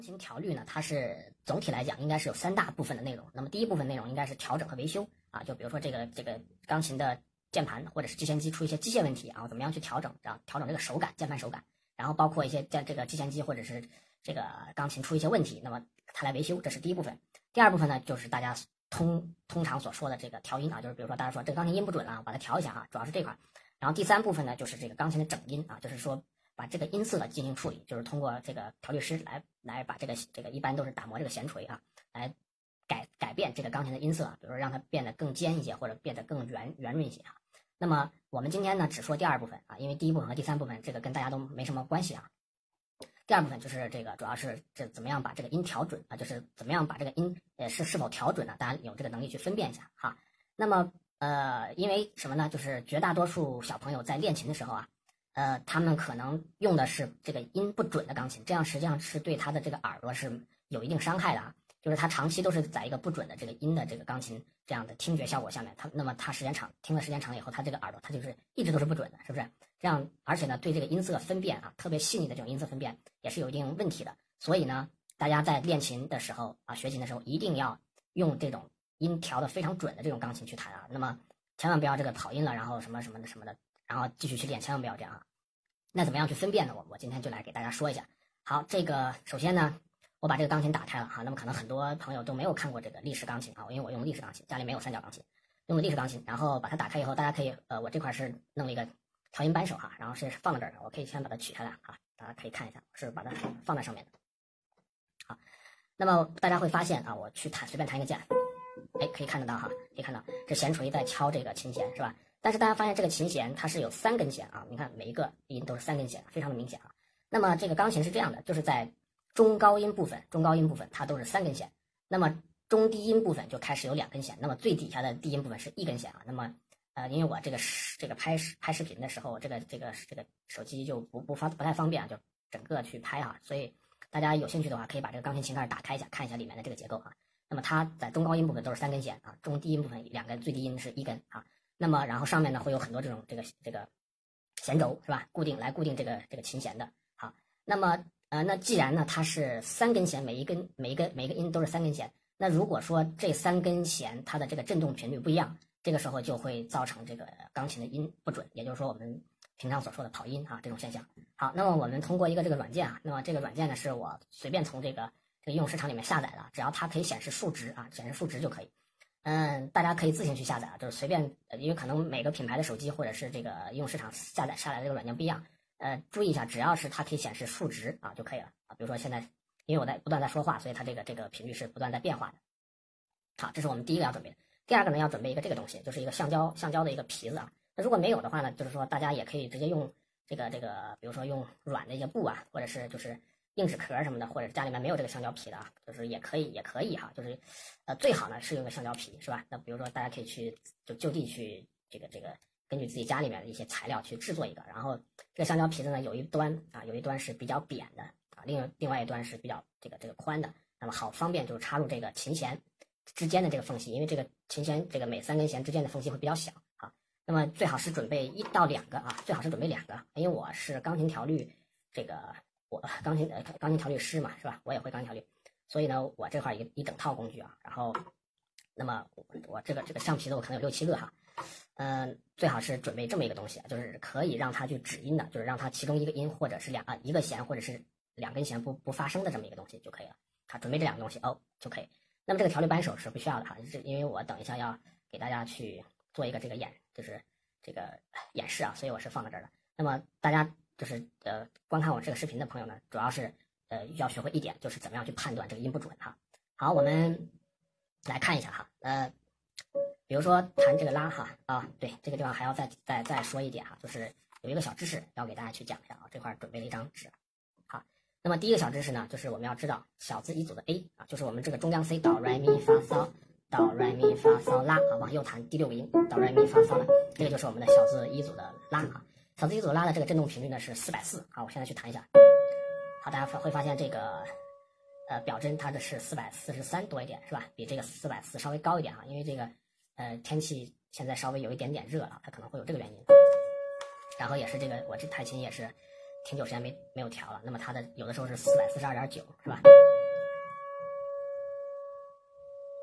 琴调律呢，它是总体来讲应该是有3大部分的内容。那么第一部分内容应该是调整和维修啊，就比如说这个钢琴的键盘或者是击弦机出一些机械问题啊，怎么样去调整，调整这个手感，键盘手感，然后包括一些这个击弦机或者是这个钢琴出一些问题，那么它来维修，这是第一部分。第二部分呢，就是大家通常所说的这个调音啊，就是比如说大家说这个钢琴音不准了，把它调一下啊，主要是这块。然后第三部分呢，就是这个钢琴的整音啊，就是说把这个音色进行处理，就是通过这个调律师来把这个一般都是打磨这个弦锤啊，来改变这个钢琴的音色，比如说让它变得更尖一些，或者变得更圆润一些啊。那么我们今天呢只说第二部分啊，因为第一部分和第三部分这个跟大家都没什么关系啊。第二部分就是这个主要是这怎么样把这个音调准啊，就是怎么样把这个音是否调准呢？大家有这个能力去分辨一下哈。那么因为什么呢？就是绝大多数小朋友在练琴的时候啊，他们可能用的是这个音不准的钢琴，这样实际上是对他的这个耳朵是有一定伤害的啊。就是他长期都是在一个不准的这个音的这个钢琴这样的听觉效果下面，那么他听了时间长了以后，他这个耳朵他就是一直都是不准的，是不是？这样而且呢，对这个音色分辨啊，特别细腻的这种音色分辨也是有一定问题的。所以呢，大家在练琴的时候啊，学琴的时候一定要用这种音调的非常准的这种钢琴去弹啊。那么千万不要这个跑音了，然后什么的，然后继续去练，千万不要这样啊。那怎么样去分辨呢？我今天就来给大家说一下。好，这个首先呢，我把这个钢琴打开了哈。那么可能很多朋友都没有看过这个立式钢琴啊，因为我用立式钢琴，家里没有三角钢琴，用的立式钢琴。然后把它打开以后，大家可以我这块是弄了一个调音扳手哈，然后是放在这儿的，我可以先把它取下来哈，大家可以看一下，是把它放在上面的。好，那么大家会发现啊，我去随便弹一个键，哎，可以看得到哈，可以看到这弦锤在敲这个琴弦是吧？但是大家发现这个琴弦它是有3根弦啊，你看每一个音都是3根弦，非常的明显啊。那么这个钢琴是这样的，就是在中高音部分它都是3根弦，那么中低音部分就开始有2根弦，那么最底下的低音部分是1根弦啊。那么因为我这个拍视频的时候，这个手机就不太方便啊，就整个去拍哈，所以大家有兴趣的话，可以把这个钢琴琴盖打开一下，看一下里面的这个结构啊。那么它在中高音部分都是3根弦啊，中低音部分2根，最低音是1根啊。那么然后上面呢会有很多这种这个弦轴是吧？固定这个琴弦的。好，那么那既然呢它是3根弦，每一个音都是3根弦，那如果说这3根弦它的这个振动频率不一样，这个时候就会造成这个钢琴的音不准，也就是说我们平常所说的跑音啊这种现象。好，那么我们通过一个这个软件啊，那么这个软件呢是我随便从这个应用市场里面下载了，只要它可以显示数值啊，显示数值就可以。大家可以自行去下载啊，就是随便，因为可能每个品牌的手机或者是这个应用市场下载下来的这个软件不一样。注意一下，只要是它可以显示数值啊就可以了啊。比如说现在，因为我不断在说话，所以它这个频率是不断在变化的。好，这是我们第一个要准备的。第二个呢，要准备一个这个东西，就是一个橡胶的一个皮子啊。那如果没有的话呢，就是说大家也可以直接用这个，比如说用软的一些布啊，或者是就是硬纸壳什么的，或者是家里面没有这个橡胶皮的啊，就是也可以哈，就是最好呢是用个橡胶皮是吧？那比如说大家可以去就地去这个根据自己家里面的一些材料去制作一个，然后这个橡胶皮子呢有一端是比较扁的啊，另外一端是比较这个宽的，那么好方便就是插入这个琴弦之间的这个缝隙，因为这个琴弦这个每3根弦之间的缝隙会比较小啊。那么最好是准备1到2个啊，最好是准备2个，因为我是钢琴调律我钢琴调律师嘛是吧？我也会钢琴调律，所以呢我这块一整套工具啊，然后那么我这个橡皮子我可能有6、7个哈。最好是准备这么一个东西啊，就是可以让它去指音的，就是让它其中一个音或者是一个弦或者是2根弦不发声的这么一个东西就可以了。好，准备这2个东西就可以。那么这个调律扳手是不需要的哈，因为我等一下要给大家去做一个就是这个演示啊，所以我是放在这儿的。那么大家就是观看我这个视频的朋友呢，主要是要学会一点，就是怎么样去判断这个音不准哈。好，我们来看一下哈，比如说弹这个拉哈啊，对，这个地方还要再说一点哈，就是有一个小知识要给大家去讲一下啊，这块准备了一张纸。好，那么第一个小知识呢，就是我们要知道小字一组的 A 啊，就是我们这个中将 C 哆来咪发嗦，哆来咪发嗦拉啊，往右弹第6个音哆来咪发嗦拉，这个就是我们的小字一组的拉啊。小字一组拉的这个振动频率呢是440啊，我现在去弹一下。好，大家会发现这个表针它的是443多一点是吧？比这个440稍微高一点啊，因为这个天气现在稍微有一点点热了，它可能会有这个原因。然后也是这个我这台琴也是挺久时间没有调了，那么它的有的时候是442.9是吧？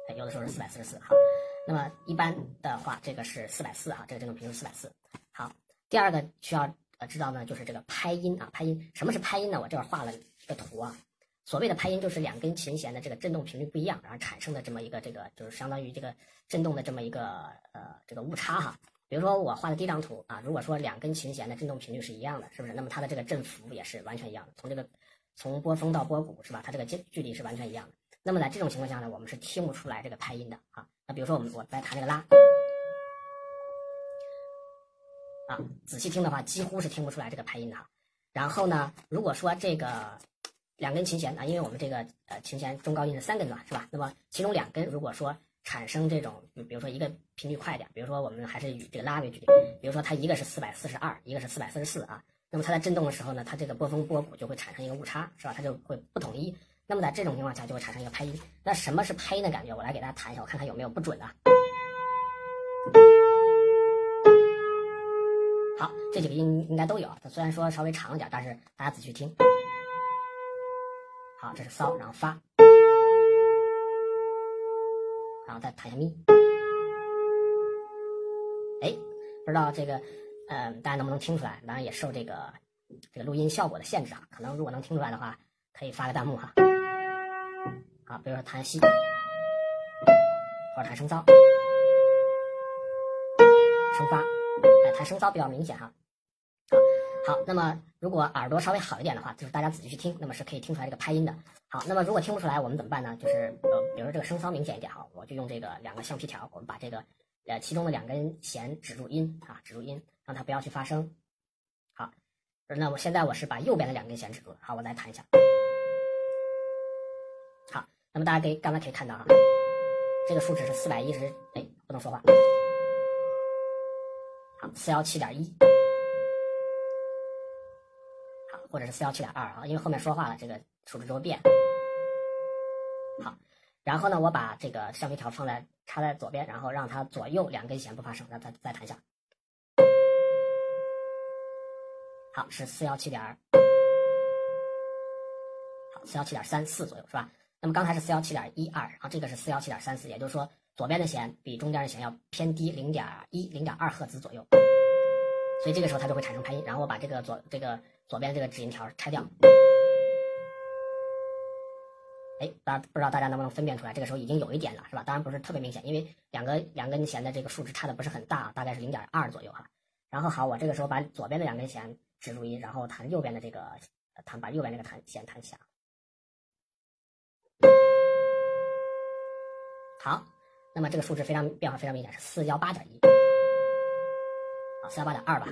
有的时候是444。好，那么一般的话，这个是440哈，这个振动频率是440。好，第二个需要知道呢，就是这个拍音啊，拍音。什么是拍音呢？我这儿画了一个图啊。所谓的拍音就是两根琴弦的这个振动频率不一样，然后产生的这么一个就是相当于这个振动的这么一个这个误差哈。比如说我画的第一张图啊，如果说两根琴弦的振动频率是一样的，是不是？那么它的这个振幅也是完全一样的，从波峰到波谷是吧？它这个距离是完全一样的。那么在这种情况下呢，我们是听不出来这个拍音的啊。那比如说我在弹这个拉啊，仔细听的话几乎是听不出来这个拍音的哈。然后呢，如果说这个两根琴弦啊，因为我们这个琴弦中高音是3根嘛，是吧？那么其中2根如果说产生这种，比如说一个频率快一点，比如说我们还是以这个拉为举例，比如说它一个是442，一个是444啊，那么它在振动的时候呢，它这个波峰波谷就会产生一个误差，是吧？它就会不统一。那么在这种情况下就会产生一个拍音。那什么是拍音的感觉？我来给大家弹一下，我看看有没有不准的。好，这几个音应该都有，它虽然说稍微长一点，但是大家仔细听。好，这是骚，然后发，然后再弹一下咪。哎，不知道这个，大家能不能听出来？当然也受这个录音效果的限制啊。可能如果能听出来的话，可以发个弹幕哈。好，比如说弹西，或者弹升骚，升发，弹升骚比较明显哈。好，那么如果耳朵稍微好一点的话，就是大家仔细去听，那么是可以听出来这个拍音的。好，那么如果听不出来，我们怎么办呢？就是比如说这个声骚明显一点哈，我就用这个2个橡皮条，我们把这个其中的2根弦指住音啊，指住音，让它不要去发声。好，那现在我是把右边的2根弦指住了。好，我再弹一下。好，那么大家刚才可以看到啊，这个数值是410，哎，不能说话。好，417.1。或者是417.2啊，因为后面说话了，这个数值就会变。好，然后呢，我把这个橡皮条插在左边，然后让它左右2根弦不发声，让它再弹一下。好，是417.2，好，417.34左右是吧？那么刚才是417.12，然后这个是417.34，也就是说左边的弦比中间的弦要偏低0.1、0.2赫兹左右，所以这个时候它就会产生拍音。然后我把这个左边这个指音条拆掉。哎，不知道大家能不能分辨出来，这个时候已经有一点了，是吧？当然不是特别明显，因为两根弦的这个数值差的不是很大，大概是0.2左右哈。然后好，我这个时候把左边的2根弦指住音，然后弹右边的这个把右边这个弦弹响。好，那么这个数值变化非常明显，是418.1，好，418.2吧。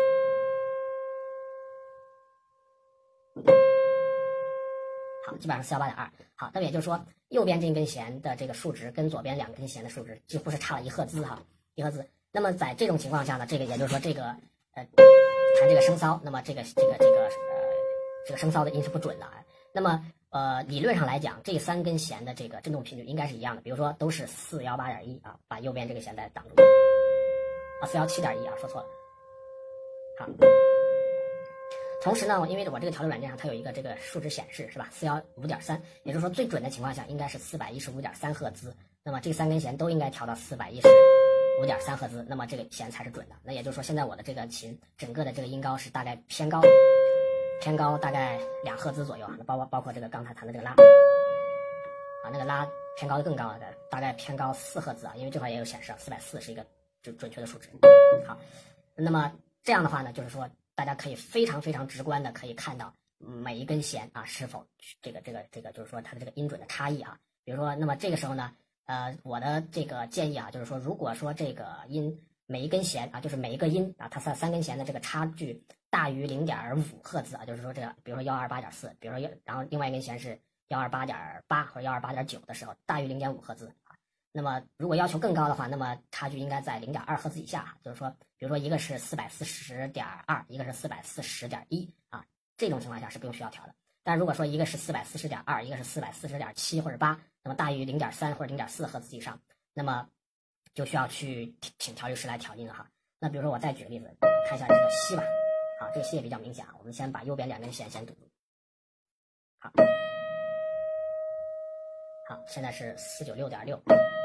好，基本上是418.2。好，那么也就是说，右边这根弦的这个数值跟左边2根弦的数值几乎是差了1赫兹哈，1赫兹。那么在这种情况下呢，这个也就是说这个弹这个升骚，那么这个升骚的音是不准的。那么理论上来讲，这3根弦的这个振动频率应该是一样的，比如说都是418.1啊，把右边这个弦再挡住啊，417.1啊，说错了。好。同时呢，因为我这个调整软件上它有一个这个数值显示是吧，415.3，也就是说最准的情况下应该是415.3赫兹。那么这3根弦都应该调到415.3赫兹，那么这个弦才是准的。那也就是说，现在我的这个琴整个的这个音高是大概偏高大概2赫兹左右啊。那包括这个刚才弹的这个拉啊，那个拉偏高的更高了，大概偏高4赫兹啊，因为这块也有显示啊，440是一个就准确的数值。好，那么这样的话呢，就是说。大家可以非常非常直观的可以看到每一根弦啊是否这个就是说它的这个音准的差异啊。比如说，那么这个时候呢，我的这个建议啊，就是说，如果说这个音每一根弦啊，就是每一个音啊，它3根弦的这个差距大于0.5赫兹啊，就是说这个，比如说128.4，比如说然后另外一根弦是128.8或者128.9的时候，大于0.5赫兹。那么如果要求更高的话，那么差距应该在0.2赫兹以下，就是说，比如说一个是440.2，一个是440.1啊，这种情况下是不用需要调的。但如果说一个是440.2，一个是440.7或者8，那么大于0.3或者0.4赫兹以上，那么就需要去请调律师来调音了哈。那比如说我再举个例子，看一下这个西吧。好，这个西也比较明显啊，我们先把右边2根弦先堵住。好， 好，现在是496.6，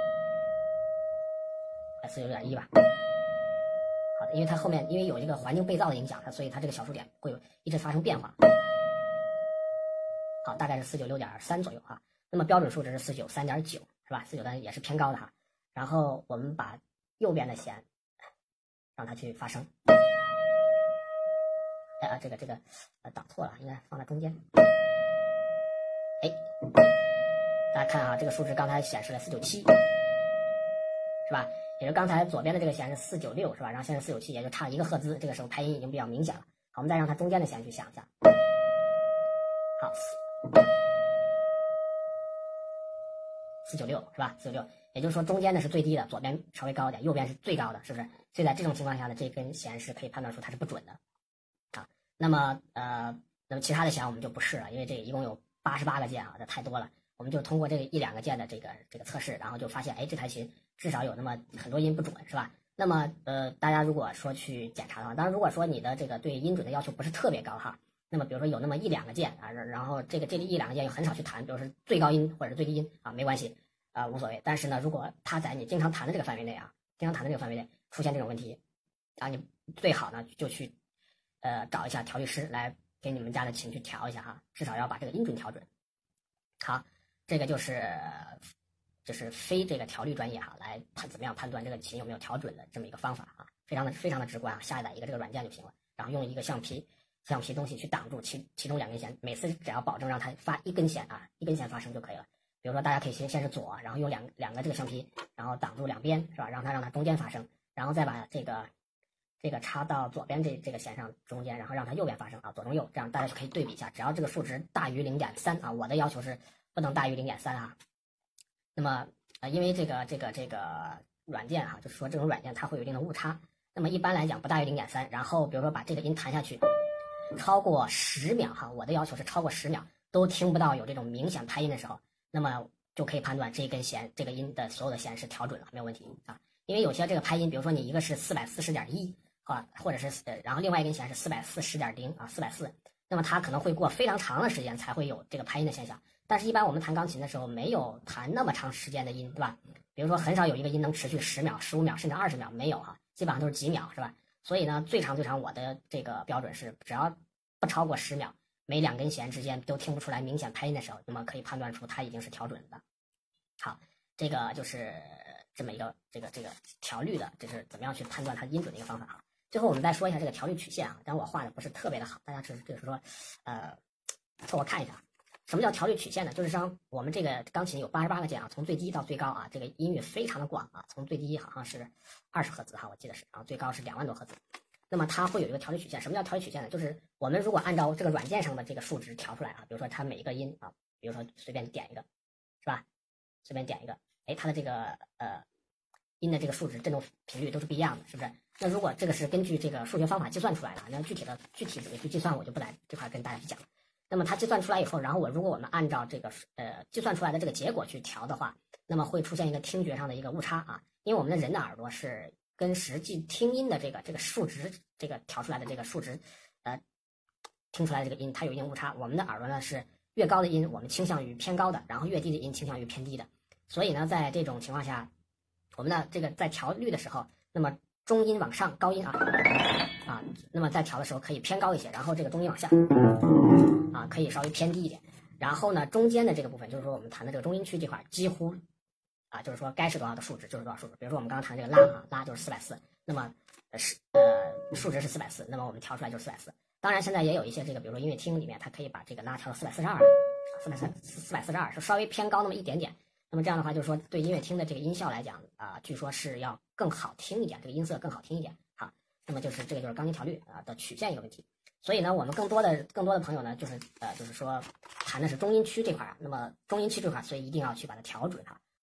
49.1吧。好的，因为它后面因为有这个环境被噪的影响，所以它这个小数点会一直发生变化。好，大概是496.3左右哈。那么标准数值是493.9，是吧？493也是偏高的哈。然后我们把右边的弦让它去发声。这个挡错了，应该放在中间。哎，大家看啊，这个数值刚才显示了497，是吧？也就刚才左边的这个弦是496，是吧？然后现在497，也就差了1个赫兹。这个时候拍音已经比较明显了。好，我们再让它中间的弦去想一下。好，496是吧？496，也就是说中间的是最低的，左边稍微高一点，右边是最高的，是不是？所以在这种情况下呢，这根弦是可以判断出它是不准的啊。那么其他的弦我们就不试了，因为这一共有88个键啊，这太多了。我们就通过这1-2个键的这个测试，然后就发现，哎，这台琴至少有那么很多音不准，是吧？那么大家如果说去检查的话，当然如果说你的这个对音准的要求不是特别高哈，那么比如说有那么1-2个键啊，然后这1-2个键又很少去弹，比如说最高音或者是最低音啊，没关系啊，无所谓。但是呢，如果它在你经常弹的这个范围内啊，出现这种问题啊，你最好呢就去找一下调律师来给你们家的琴去调一下哈，至少要把这个音准调准。好，这个就是非这个调律专业哈，来怎么样判断这个琴有没有调准的这么一个方法啊，非常的直观啊，下载一个这个软件就行了，然后用一个橡皮东西去挡住其中2根弦，每次只要保证让它发一根弦啊，一根弦发声就可以了。比如说大家可以先是左，然后用两个这个橡皮，然后挡住两边是吧，让它中间发声，然后再把这个插到左边这个弦上中间，然后让它右边发声啊，左中右，这样大家就可以对比一下，只要这个数值大于0.3啊，我的要求是不能大于0.3啊。那么因为这个软件哈，就是说这种软件它会有一定的误差，那么一般来讲不大于0.3，然后比如说把这个音弹下去，超过10秒哈，我的要求是超过10秒都听不到有这种明显拍音的时候，那么就可以判断这根弦这个音的所有的弦是调准了，没有问题啊。因为有些这个拍音，比如说你一个是440.1啊，或者是然后另外一根弦是440.0啊，440，那么它可能会过非常长的时间才会有这个拍音的现象。但是，一般我们弹钢琴的时候，没有弹那么长时间的音，对吧？比如说，很少有一个音能持续10秒、15秒，甚至20秒，没有哈，基本上都是几秒，是吧？所以呢，最长，我的这个标准是，只要不超过10秒，每2根弦之间都听不出来明显拍音的时候，那么可以判断出它已经是调准的。好，这个就是这么一个这个调律的，这是怎么样去判断它音准的一个方法哈。最后我们再说一下这个调律曲线啊，但我画的不是特别的好，大家就是说，凑合看一下。什么叫调律曲线呢？就是说我们这个钢琴有88个键啊，从最低到最高啊，这个音域非常的广啊，从最低好像是20赫兹哈，我记得是，然后最高是2万多赫兹。那么它会有一个调律曲线。什么叫调律曲线呢？就是我们如果按照这个软件上的这个数值调出来啊，比如说它每一个音啊，比如说随便点一个，是吧？随便点一个，哎，它的这个音的这个数值振动频率都是不一样的，是不是？那如果这个是根据这个数学方法计算出来的，那具体怎么去计算，我就不来这块跟大家去讲了。那么它计算出来以后，然后如果我们按照这个计算出来的这个结果去调的话，那么会出现一个听觉上的一个误差啊，因为我们的人的耳朵是跟实际听音的这个数值这个调出来的这个数值，听出来的这个音它有一定误差。我们的耳朵呢是越高的音我们倾向于偏高的，然后越低的音倾向于偏低的。所以呢，在这种情况下，我们的这个在调律的时候，那么中音往上，高音那么在调的时候可以偏高一些，然后这个中音往下可以稍微偏低一点。然后呢，中间的这个部分就是说我们弹的这个中音区这块几乎就是说该是多少的数值就是多少数值。比如说我们刚刚弹这个拉就是440，那么数值是440，那么我们调出来就是440。当然现在也有一些这个，比如说音乐厅里面它可以把这个拉调到442，是稍微偏高那么一点点。那么这样的话，就是说对音乐厅的这个音效来讲据说是要更好听一点，这个音色更好听一点。好，那么这个就是钢琴调律的曲线一个问题。所以呢，我们更多的朋友呢，就是说弹的是中音区这块那么中音区这块，所以一定要去把它调准哈。